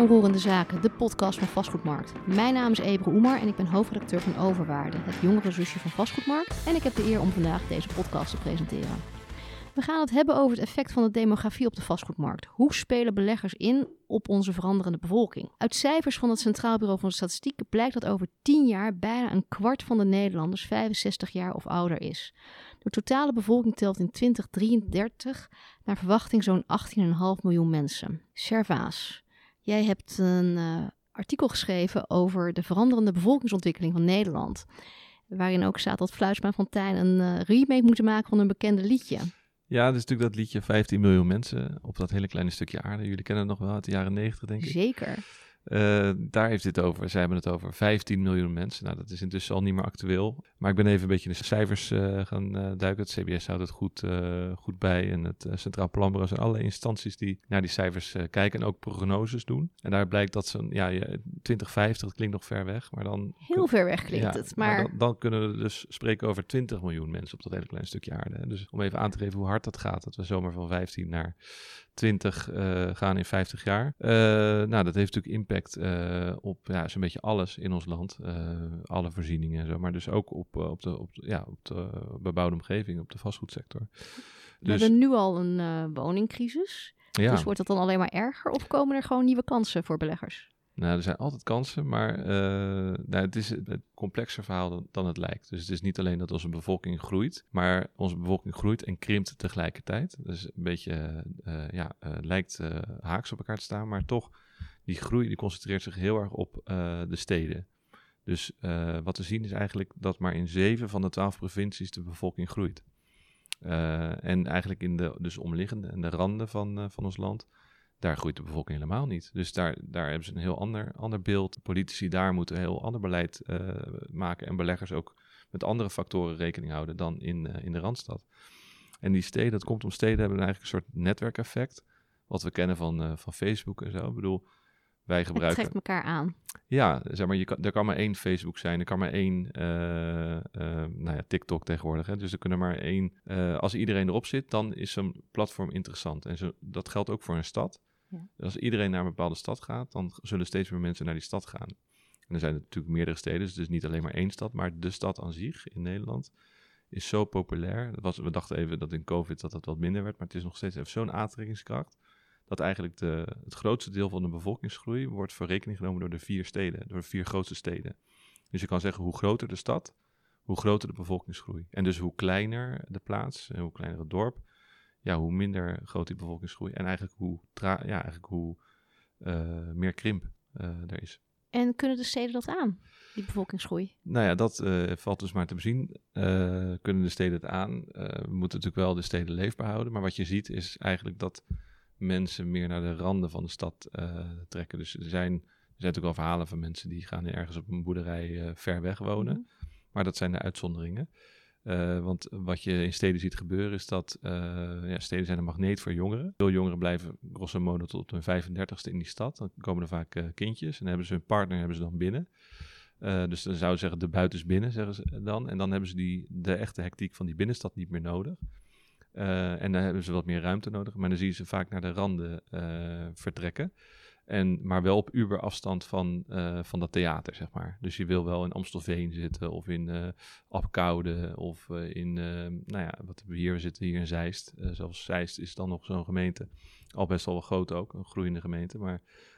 Onroerende Zaken, de podcast van Vastgoedmarkt. Mijn naam is Ebre Oemar en ik ben hoofdredacteur van Overwaarde, het jongere zusje van Vastgoedmarkt. En ik heb de eer om vandaag deze podcast te presenteren. We gaan het hebben over het effect van de demografie op de vastgoedmarkt. Hoe spelen beleggers in op onze veranderende bevolking? Uit cijfers van het Centraal Bureau van Statistiek blijkt dat over 10 jaar bijna een kwart van de Nederlanders 65 jaar of ouder is. De totale bevolking telt in 2033 naar verwachting zo'n 18,5 miljoen mensen. Servaas, jij hebt een artikel geschreven over de veranderende bevolkingsontwikkeling van Nederland. Waarin ook staat dat Fluitsma en Fontijn een remake moeten maken van een bekende liedje. Ja, dat is natuurlijk dat liedje 15 miljoen mensen op dat hele kleine stukje aarde. Jullie kennen het nog wel uit de jaren 90, denk ik. Zeker. Daar heeft dit over. Zij hebben het over 15 miljoen mensen. Nou, dat is intussen al niet meer actueel. Maar ik ben even een beetje in de cijfers gaan duiken. Het CBS houdt het goed bij. En het Centraal Planbureau zijn allerlei instanties die naar die cijfers kijken en ook prognoses doen. En daar blijkt dat zo'n 2050, dat klinkt nog ver weg. Maar dan Heel ver weg klinkt het. Maar dan kunnen we dus spreken over 20 miljoen mensen op dat hele kleine stukje aarde. Hè. Dus om even aan te geven hoe hard dat gaat. Dat we zomaar van 15 naar 20 gaan in 50 jaar. Nou, dat heeft natuurlijk impact op zo'n beetje alles in ons land. Alle voorzieningen en zo. Maar dus ook op de bebouwde omgeving, op de vastgoedsector. We hebben nu al een woningcrisis. Ja. Dus wordt dat dan alleen maar erger of komen er gewoon nieuwe kansen voor beleggers? Nou, er zijn altijd kansen, maar het is een complexer verhaal dan het lijkt. Dus het is niet alleen dat onze bevolking groeit, maar onze bevolking groeit en krimpt tegelijkertijd. Dus een beetje lijkt haaks op elkaar te staan, maar toch, die groei die concentreert zich heel erg op de steden. Dus wat we zien is eigenlijk dat maar in 7 van de 12 provincies de bevolking groeit. En eigenlijk in de dus omliggende en de randen van ons land, daar groeit de bevolking helemaal niet. Dus daar hebben ze een heel ander beeld. Politici daar moeten een heel ander beleid maken en beleggers ook met andere factoren rekening houden dan in de Randstad. En die steden, dat komt om steden hebben eigenlijk een soort netwerkeffect, wat we kennen van Facebook en zo. Ik bedoel, wij gebruiken... Het trekt elkaar aan. Ja, zeg maar, er kan maar 1 Facebook zijn, er kan maar 1 TikTok tegenwoordig. Hè? Dus er kunnen maar 1... als iedereen erop zit, dan is zo'n platform interessant. En dat geldt ook voor een stad. Ja. Als iedereen naar een bepaalde stad gaat, dan zullen steeds meer mensen naar die stad gaan. En er zijn natuurlijk meerdere steden, dus het is niet alleen maar 1 stad, maar de stad aan zich in Nederland is zo populair. We dachten even dat in COVID dat wat minder werd, maar het is nog steeds even zo'n aantrekkingskracht, dat eigenlijk het grootste deel van de bevolkingsgroei wordt voor rekening genomen door de 4 steden, door de 4 grootste steden. Dus je kan zeggen, hoe groter de stad, hoe groter de bevolkingsgroei. En dus hoe kleiner de plaats, hoe kleiner het dorp, hoe minder groot die bevolkingsgroei en eigenlijk hoe meer krimp er is. En kunnen de steden dat aan, die bevolkingsgroei? Nou ja, dat valt dus maar te bezien. Kunnen de steden het aan? We moeten natuurlijk wel de steden leefbaar houden, maar wat je ziet is eigenlijk dat mensen meer naar de randen van de stad trekken. Dus er zijn natuurlijk wel verhalen van mensen die gaan ergens op een boerderij ver weg wonen. Mm-hmm. Maar dat zijn de uitzonderingen. Want wat je in steden ziet gebeuren is dat steden zijn een magneet voor jongeren. Veel jongeren blijven grosso modo tot hun 35ste in die stad. Dan komen er vaak kindjes en hebben ze hun partner dan binnen. Dus dan zou je zeggen de buiten is binnen, zeggen ze dan. En dan hebben ze de echte hectiek van die binnenstad niet meer nodig. En dan hebben ze wat meer ruimte nodig. Maar dan zie je ze vaak naar de randen vertrekken. Maar wel op Uber-afstand van dat theater, zeg maar. Dus je wil wel in Amstelveen zitten of in Apeldoorn of wat hebben we hier? We zitten hier in Zeist. Zelfs Zeist is dan nog zo'n gemeente. Al best wel groot ook, een groeiende gemeente. Maar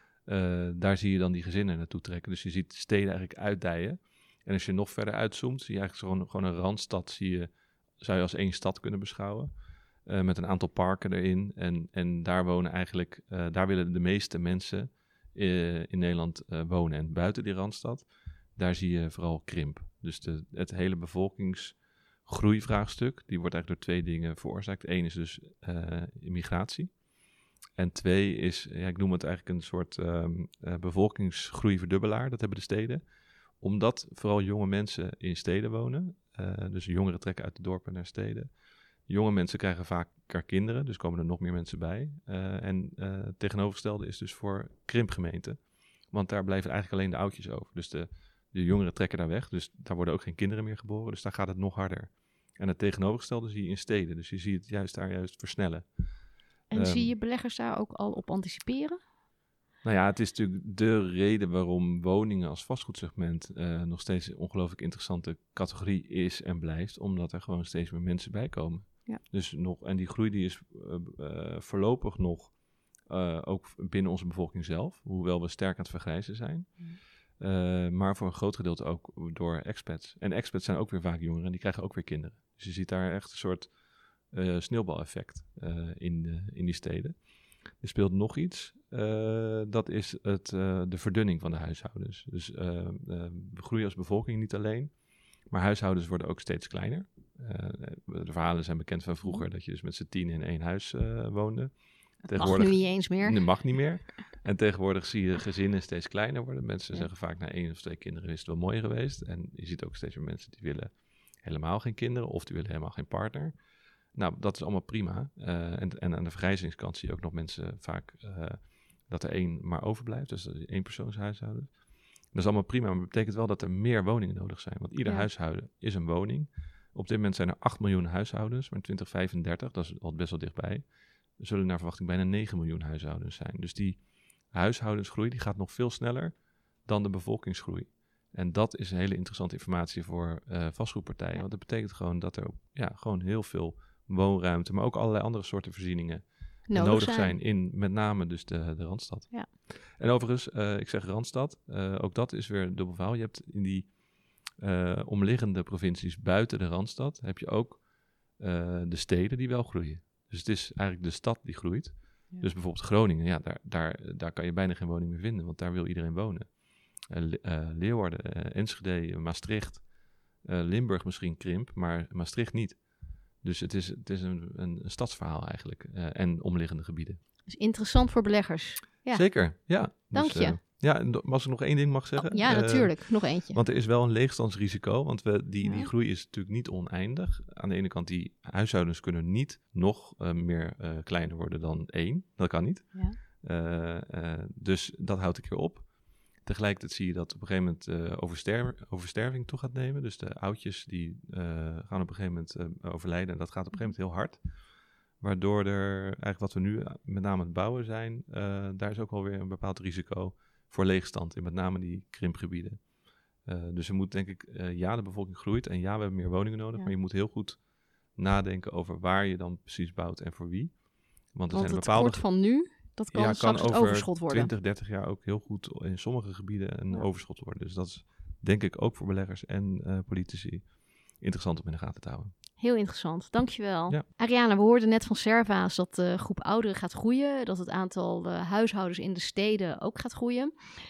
daar zie je dan die gezinnen naartoe trekken. Dus je ziet steden eigenlijk uitdijen. En als je nog verder uitzoomt, zie je eigenlijk gewoon een randstad zou je als 1 stad kunnen beschouwen. Met een aantal parken erin. En daar wonen eigenlijk, daar willen de meeste mensen in Nederland wonen. En buiten die randstad, daar zie je vooral krimp. Dus het hele bevolkingsgroeivraagstuk, die wordt eigenlijk door 2 dingen veroorzaakt. 1 is dus immigratie. En 2 is, ik noem het eigenlijk een soort bevolkingsgroeiverdubbelaar. Dat hebben de steden. Omdat vooral jonge mensen in steden wonen. Dus jongeren trekken uit de dorpen naar steden. Jonge mensen krijgen vaker kinderen, dus komen er nog meer mensen bij. Het tegenovergestelde is dus voor krimpgemeenten. Want daar blijven eigenlijk alleen de oudjes over. Dus de jongeren trekken daar weg, dus daar worden ook geen kinderen meer geboren. Dus daar gaat het nog harder. En het tegenovergestelde zie je in steden. Dus je ziet het juist versnellen. En zie je beleggers daar ook al op anticiperen? Nou ja, het is natuurlijk de reden waarom woningen als vastgoedsegment nog steeds een ongelooflijk interessante categorie is en blijft, omdat er gewoon steeds meer mensen bij komen. Ja. Dus en die groei die is voorlopig nog ook binnen onze bevolking zelf, hoewel we sterk aan het vergrijzen zijn. Maar voor een groot gedeelte ook door expats. En expats zijn ook weer vaak jongeren en die krijgen ook weer kinderen. Dus je ziet daar echt een soort sneeuwbaleffect in die steden. Er speelt nog iets, dat is de verdunning van de huishoudens. Dus we groeien als bevolking niet alleen, maar huishoudens worden ook steeds kleiner. De verhalen zijn bekend van vroeger dat je dus met z'n 10 in één huis woonde. Dat mag nu niet eens meer. Dat mag niet meer. En tegenwoordig zie je gezinnen steeds kleiner worden. Mensen zeggen vaak na 1 of 2 kinderen is het wel mooi geweest. En je ziet ook steeds meer mensen die willen helemaal geen kinderen of die willen helemaal geen partner. Nou, dat is allemaal prima. En aan de vergrijzingskant zie je ook nog mensen vaak dat er 1 maar overblijft. Dus dat is 1-persoonshuishouden. Dat is allemaal prima, maar dat betekent wel dat er meer woningen nodig zijn. Want ieder huishouden is een woning. Op dit moment zijn er 8 miljoen huishoudens, maar in 2035, dat is al best wel dichtbij, zullen naar verwachting bijna 9 miljoen huishoudens zijn. Dus die huishoudensgroei die gaat nog veel sneller dan de bevolkingsgroei. En dat is een hele interessante informatie voor vastgoedpartijen. Ja. Want dat betekent gewoon dat er gewoon heel veel woonruimte, maar ook allerlei andere soorten voorzieningen nodig zijn in met name dus de Randstad. Ja. En overigens, ik zeg Randstad, ook dat is weer een dubbel verhaal. Je hebt in die omliggende provincies buiten de Randstad, heb je ook de steden die wel groeien. Dus het is eigenlijk de stad die groeit. Ja. Dus bijvoorbeeld Groningen, daar kan je bijna geen woning meer vinden, want daar wil iedereen wonen. Leeuwarden, Enschede, Maastricht, Limburg misschien krimp, maar Maastricht niet. Dus het is een stadsverhaal eigenlijk en omliggende gebieden. Dus interessant voor beleggers. Ja. Zeker, ja. Dank je. Als ik nog 1 ding mag zeggen. Ja, natuurlijk. Nog eentje. Want er is wel een leegstandsrisico, want die groei is natuurlijk niet oneindig. Aan de ene kant, die huishoudens kunnen niet nog meer kleiner worden dan 1. Dat kan niet. Ja. Dus dat houdt een keer op. Tegelijkertijd zie je dat op een gegeven moment oversterving toe gaat nemen. Dus de oudjes die gaan op een gegeven moment overlijden. En dat gaat op een gegeven moment heel hard. Waardoor er eigenlijk wat we nu met name aan het bouwen zijn, daar is ook wel weer een bepaald risico voor leegstand in met name die krimpgebieden. Dus je moet denk ik, de bevolking groeit en we hebben meer woningen nodig. Ja. Maar je moet heel goed nadenken over waar je dan precies bouwt en voor wie. Want er zijn het tekort van nu, dat kan straks het overschot worden. 20, 30 jaar ook heel goed in sommige gebieden een overschot worden. Dus dat is denk ik ook voor beleggers en politici interessant om in de gaten te houden. Heel interessant, dankjewel. Ja. Ariane, we hoorden net van Servaas dat de groep ouderen gaat groeien. Dat het aantal huishoudens in de steden ook gaat groeien.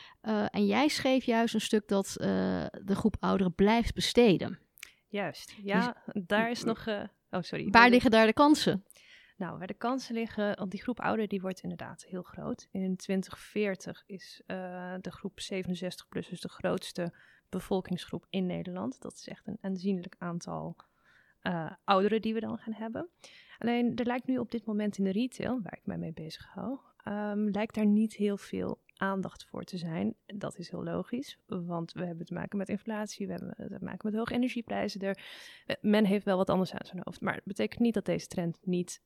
En jij schreef juist een stuk dat de groep ouderen blijft besteden. Juist, ja, daar is nog... Waar liggen daar de kansen? Nou, waar de kansen liggen, want die groep ouderen die wordt inderdaad heel groot. In 2040 is de groep 67 plus dus de grootste bevolkingsgroep in Nederland. Dat is echt een aanzienlijk aantal ouderen die we dan gaan hebben. Alleen, er lijkt nu op dit moment in de retail, waar ik mij mee bezig hou, lijkt daar niet heel veel aandacht voor te zijn. Dat is heel logisch, want we hebben te maken met inflatie, we hebben te maken met hoge energieprijzen. Men heeft wel wat anders aan zijn hoofd, maar het betekent niet dat deze trend niet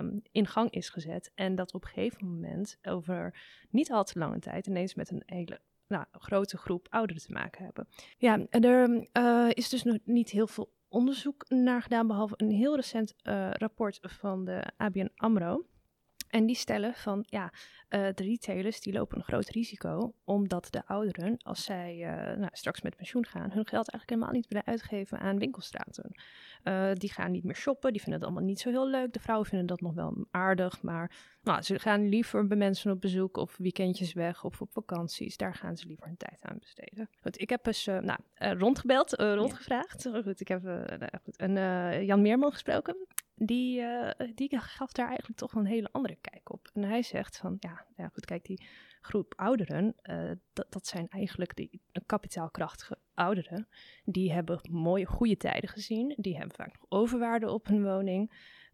in gang is gezet en dat op een gegeven moment over niet al te lange tijd ineens met een hele grote groep ouderen te maken hebben. Ja, en er is dus nog niet heel veel onderzoek naar gedaan, behalve een heel recent rapport van de ABN AMRO. En die stellen van, de retailers die lopen een groot risico, omdat de ouderen, als zij straks met pensioen gaan, hun geld eigenlijk helemaal niet willen uitgeven aan winkelstraten. Die gaan niet meer shoppen, die vinden het allemaal niet zo heel leuk. De vrouwen vinden dat nog wel aardig, maar ze gaan liever bij mensen op bezoek of weekendjes weg of op vakanties. Daar gaan ze liever hun tijd aan besteden. Goed, ik heb eens rondgevraagd. Goed, ik heb Jan Meerman gesproken. Die gaf daar eigenlijk toch een hele andere kijk op. En hij zegt van, kijk, die groep ouderen, dat zijn eigenlijk die kapitaalkrachtige ouderen. Die hebben mooie, goede tijden gezien. Die hebben vaak nog overwaarde op hun woning.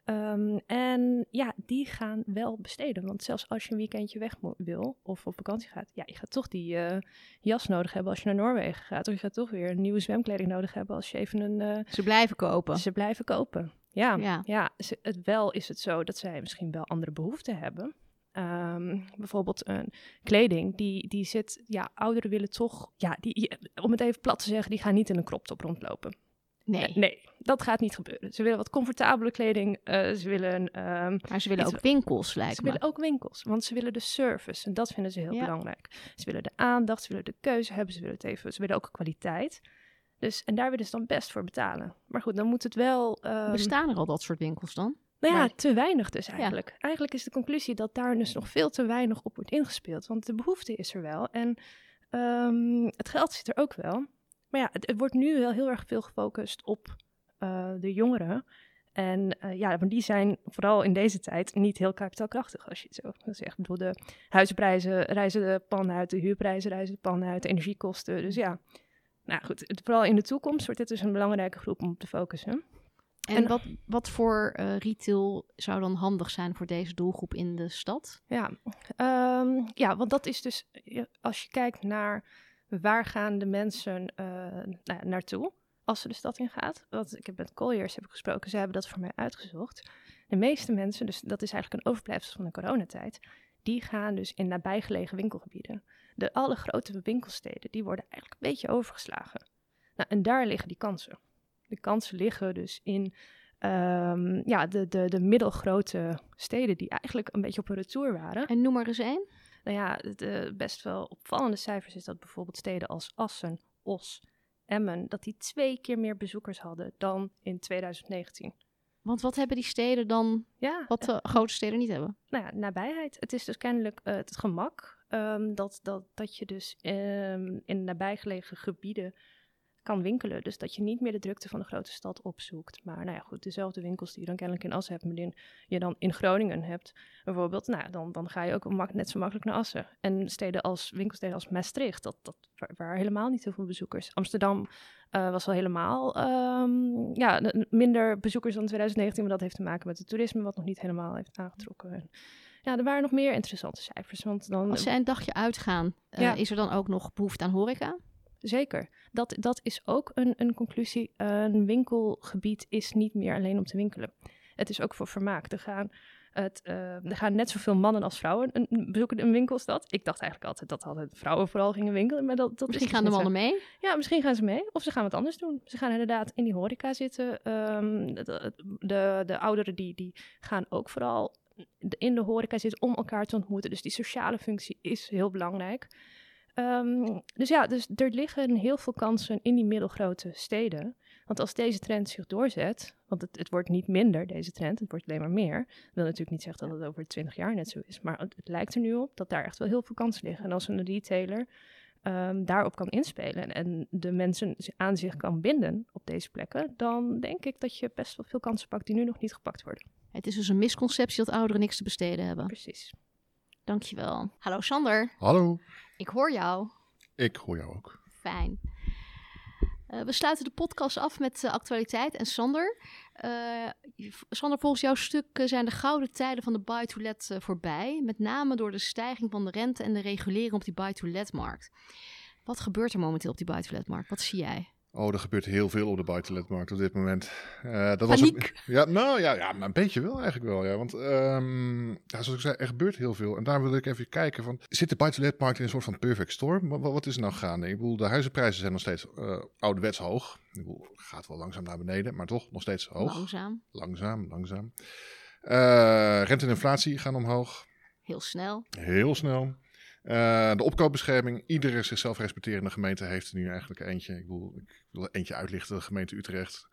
En die gaan wel besteden. Want zelfs als je een weekendje weg wil of op vakantie gaat, je gaat toch die jas nodig hebben als je naar Noorwegen gaat. Of je gaat toch weer een nieuwe zwemkleding nodig hebben als je even een... Ze blijven kopen. Ze blijven kopen. Ja, is het zo dat zij misschien wel andere behoeften hebben. bijvoorbeeld een kleding, die zit, ouderen willen toch, om het even plat te zeggen, die gaan niet in een crop top rondlopen. Nee, dat gaat niet gebeuren. Ze willen wat comfortabele kleding. Ze willen... maar ze willen ook winkels, lijkt me. Ze willen ook winkels, want ze willen de service. En dat vinden ze heel belangrijk. Ze willen de aandacht, ze willen de keuze hebben, ze willen ook kwaliteit. Dus, en daar willen ze dan best voor betalen. Maar goed, dan moet het wel... Bestaan er al dat soort winkels dan? Nou ja, te weinig dus eigenlijk. Ja. Eigenlijk is de conclusie dat daar dus nog veel te weinig op wordt ingespeeld. Want de behoefte is er wel. En het geld zit er ook wel. Maar ja, het wordt nu wel heel erg veel gefocust op de jongeren. En maar die zijn vooral in deze tijd niet heel kapitaalkrachtig, als je het zo wil zeggen. Ik bedoel, de huizenprijzen reizen de pan uit, de huurprijzen reizen de pan uit, de energiekosten. Dus ja, nou goed, vooral in de toekomst wordt dit dus een belangrijke groep om op te focussen. En wat voor retail zou dan handig zijn voor deze doelgroep in de stad? Want dat is dus, als je kijkt naar waar gaan de mensen naartoe als ze de stad in gaat. Want ik heb met Colliers gesproken, ze hebben dat voor mij uitgezocht. De meeste mensen, dus dat is eigenlijk een overblijfsel van de coronatijd, die gaan dus in nabijgelegen winkelgebieden. Alle grote winkelsteden, die worden eigenlijk een beetje overgeslagen. Nou, en daar liggen die kansen. De kansen liggen dus in de middelgrote steden die eigenlijk een beetje op een retour waren. En noem maar eens één. Nou ja, de best wel opvallende cijfers is dat bijvoorbeeld steden als Assen, Os, Emmen, dat die 2 keer meer bezoekers hadden dan in 2019. Want wat hebben die steden dan wat de grote steden niet hebben? Nou ja, nabijheid. Het is dus kennelijk het gemak dat je dus in nabijgelegen gebieden kan winkelen. Dus dat je niet meer de drukte van de grote stad opzoekt. Maar nou ja, goed, dezelfde winkels die je dan kennelijk in Assen hebt, maar die je dan in Groningen hebt, bijvoorbeeld, dan ga je ook net zo makkelijk naar Assen. En winkelsteden als Maastricht, dat waren helemaal niet heel veel bezoekers. Amsterdam was wel helemaal minder bezoekers dan 2019, maar dat heeft te maken met het toerisme, wat nog niet helemaal heeft aangetrokken. En ja, er waren nog meer interessante cijfers. Want dan, als ze een dagje uitgaan, is er dan ook nog behoefte aan horeca? Zeker. Dat is ook een conclusie. Een winkelgebied is niet meer alleen om te winkelen. Het is ook voor vermaak. Er gaan net zoveel mannen als vrouwen bezoeken een winkelstad. Ik dacht eigenlijk altijd dat altijd vrouwen vooral gingen winkelen. Maar dat misschien gaan de mannen mee? Ja, misschien gaan ze mee. Of ze gaan wat anders doen. Ze gaan inderdaad in die horeca zitten. De ouderen die gaan ook vooral in de horeca zitten om elkaar te ontmoeten. Dus die sociale functie is heel belangrijk. Dus er liggen heel veel kansen in die middelgrote steden. Want als deze trend zich doorzet, want het wordt niet minder, deze trend, het wordt alleen maar meer. Dat wil natuurlijk niet zeggen dat het over 20 jaar net zo is, maar het lijkt er nu op dat daar echt wel heel veel kansen liggen. En als een retailer daarop kan inspelen en de mensen aan zich kan binden op deze plekken, dan denk ik dat je best wel veel kansen pakt die nu nog niet gepakt worden. Het is dus een misconceptie dat ouderen niks te besteden hebben. Precies. Dankjewel. Hallo Sander. Hallo. Ik hoor jou. Ik hoor jou ook. Fijn. We sluiten de podcast af met actualiteit. En Sander, volgens jouw stuk zijn de gouden tijden van de buy-to-let voorbij. Met name door de stijging van de rente en de regulering op die buy-to-let-markt. Wat gebeurt er momenteel op die buy-to-let-markt? Wat zie jij? Oh, er gebeurt heel veel op de buy-to-let-markt op dit moment. Paniek? Maar een beetje wel eigenlijk wel. Ja. Want zoals ik zei, er gebeurt heel veel. En daar wil ik even kijken van, zit de buy-to-let-markt in een soort van perfect storm? Wat is er nou gaande? Ik bedoel, de huizenprijzen zijn nog steeds ouderwets hoog. Ik bedoel, gaat wel langzaam naar beneden, maar toch nog steeds hoog. Langzaam. Rente en inflatie gaan omhoog. Heel snel. De opkoopbescherming. Iedere zichzelf respecterende gemeente heeft er nu eigenlijk eentje. Ik wil eentje uitlichten. De gemeente Utrecht.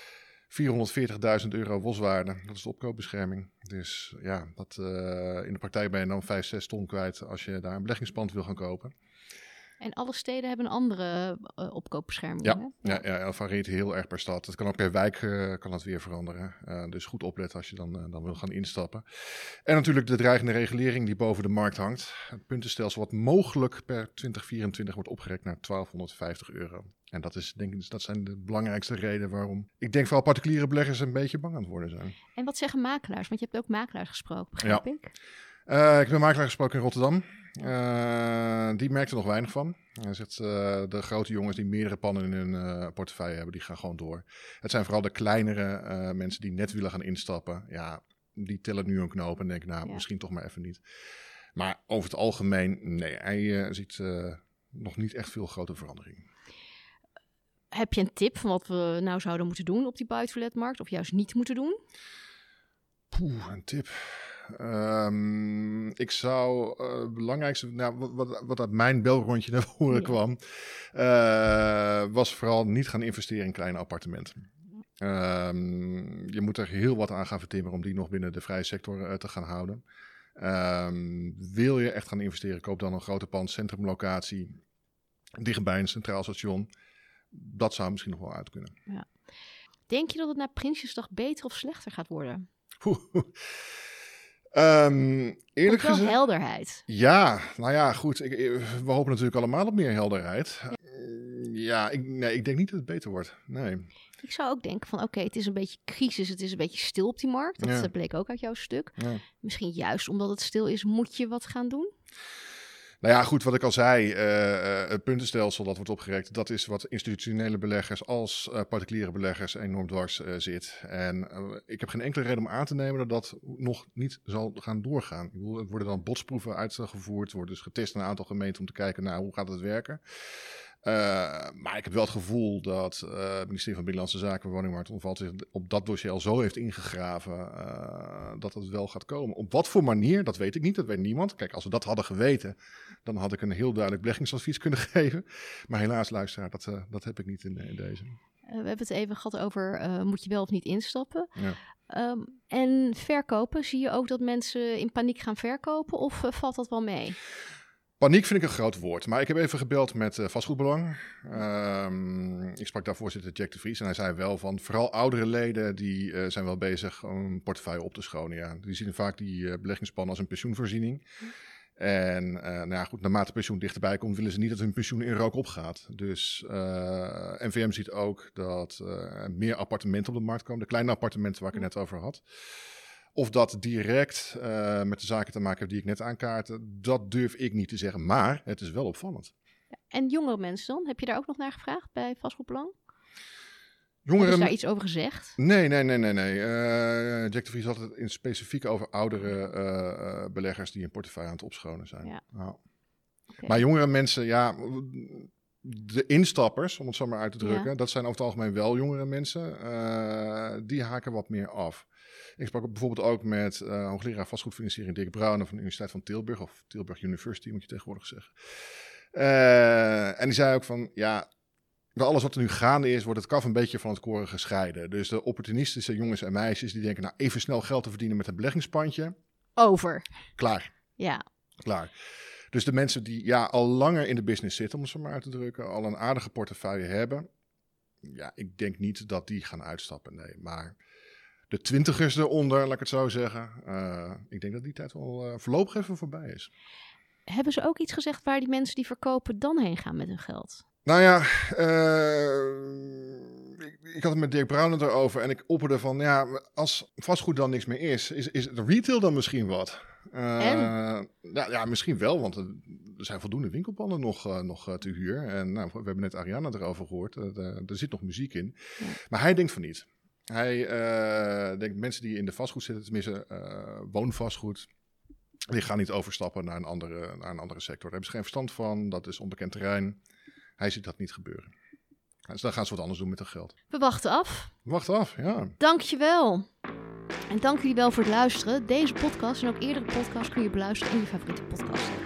€440.000 boswaarde. Dat is de opkoopbescherming. Dus ja, in de praktijk ben je dan 5-6 ton kwijt als je daar een beleggingspand wil gaan kopen. En alle steden hebben een andere opkoopbescherming. Ja, dat varieert heel erg per stad. Het kan ook per wijk kan het weer veranderen. Dus goed opletten als je dan wil gaan instappen. En natuurlijk de dreigende regulering die boven de markt hangt. Het puntenstelsel wat mogelijk per 2024 wordt opgerekt naar €1250. En dat zijn de belangrijkste redenen waarom ik denk vooral particuliere beleggers een beetje bang aan het worden zijn. En wat zeggen makelaars? Want je hebt ook makelaars gesproken, begrijp ik? Ik ben makelaar gesproken in Rotterdam. Die merkte er nog weinig van. Hij zegt, de grote jongens die meerdere pannen in hun portefeuille hebben, die gaan gewoon door. Het zijn vooral de kleinere mensen die net willen gaan instappen. Ja, die tellen nu een knoop en denken, misschien toch maar even niet. Maar over het algemeen, nee, hij ziet nog niet echt veel grote verandering. Heb je een tip van wat we nou zouden moeten doen op die buitentoiletmarkt? Of juist niet moeten doen? Een tip. Ik zou het belangrijkste, wat uit mijn belrondje naar voren kwam, was vooral niet gaan investeren in kleine appartementen. Je moet er heel wat aan gaan vertimmeren om die nog binnen de vrije sector te gaan houden. Wil je echt gaan investeren, koop dan een grote pand, centrumlocatie, dichtbij een centraal station. Dat zou misschien nog wel uit kunnen. Ja. Denk je dat het na Prinsjesdag beter of slechter gaat worden? Eerlijk gezegd, wel helderheid. Ja, nou ja, goed. We hopen natuurlijk allemaal op meer helderheid. Ik denk niet dat het beter wordt. Nee. Ik zou ook denken van oké, het is een beetje crisis, het is een beetje stil op die markt. Dat bleek ook uit jouw stuk. Ja. Misschien juist omdat het stil is, moet je wat gaan doen? Nou ja, goed, wat ik al zei, het puntenstelsel dat wordt opgerekt, dat is wat institutionele beleggers als particuliere beleggers enorm dwars zit. En ik heb geen enkele reden om aan te nemen dat dat nog niet zal gaan doorgaan. Ik bedoel, er worden dan botsproeven uitgevoerd, wordt dus getest in een aantal gemeenten om te kijken, hoe gaat het werken. Maar ik heb wel het gevoel dat het ministerie van Binnenlandse Zaken en Woningmarkt Onvalt zich op dat dossier al zo heeft ingegraven dat het wel gaat komen. Op wat voor manier, dat weet ik niet, dat weet niemand. Kijk, als we dat hadden geweten, dan had ik een heel duidelijk beleggingsadvies kunnen geven. Maar helaas, luisteraar, dat heb ik niet in deze. We hebben het even gehad over, moet je wel of niet instappen? Ja. En verkopen, zie je ook dat mensen in paniek gaan verkopen of valt dat wel mee? Paniek vind ik een groot woord, maar ik heb even gebeld met Vastgoedbelang. Ik sprak daar voorzitter Jack de Vries en hij zei wel van vooral oudere leden die zijn wel bezig om een portefeuille op te schonen. Ja. Die zien vaak die beleggingsplannen als een pensioenvoorziening. En naarmate pensioen dichterbij komt, willen ze niet dat hun pensioen in rook opgaat. Dus NVM ziet ook dat meer appartementen op de markt komen. De kleine appartementen waar ik het net over had. Of dat direct met de zaken te maken heeft die ik net aankaartte, dat durf ik niet te zeggen. Maar het is wel opvallend. En jongere mensen dan? Heb je daar ook nog naar gevraagd bij Vastgoedbelang? Hebben ze daar iets over gezegd? Nee. Jack de Vries had het in specifiek over oudere beleggers die een portefeuille aan het opschonen zijn. Ja. Nou. Okay. Maar jongere mensen, de instappers, om het zo maar uit te drukken, dat zijn over het algemeen wel jongere mensen. Die haken wat meer af. Ik sprak bijvoorbeeld ook met hoogleraar vastgoedfinanciering Dirk Brouwer van de Universiteit van Tilburg, of Tilburg University moet je tegenwoordig zeggen. En die zei ook van, bij alles wat er nu gaande is, wordt het kaf een beetje van het koren gescheiden. Dus de opportunistische jongens en meisjes die denken, even snel geld te verdienen met een beleggingspandje. Over. Klaar. Ja. Klaar. Dus de mensen die al langer in de business zitten, om het zo maar uit te drukken, al een aardige portefeuille hebben. Ja, ik denk niet dat die gaan uitstappen, nee. Maar de 20ers eronder, laat ik het zo zeggen. Ik denk dat die tijd wel voorlopig even voorbij is. Hebben ze ook iets gezegd waar die mensen die verkopen dan heen gaan met hun geld? Nou ja, ik had het met Dirk Brouwer erover en ik opperde van, als vastgoed dan niks meer is de retail dan misschien wat? Ja, misschien wel, want er zijn voldoende winkelpanden nog te huur. En we hebben net Ariana erover gehoord, er zit nog muziek in. Ja. Maar hij denkt van niet. Hij denkt mensen die in de vastgoed zitten, tenminste woonvastgoed, die gaan niet overstappen naar een andere sector. Daar hebben ze geen verstand van, dat is onbekend terrein. Hij ziet dat niet gebeuren. Dus dan gaan ze wat anders doen met hun geld. We wachten af. Ja. Dankjewel. En dank jullie wel voor het luisteren. Deze podcast en ook eerdere podcasts kun je beluisteren in je favoriete podcast.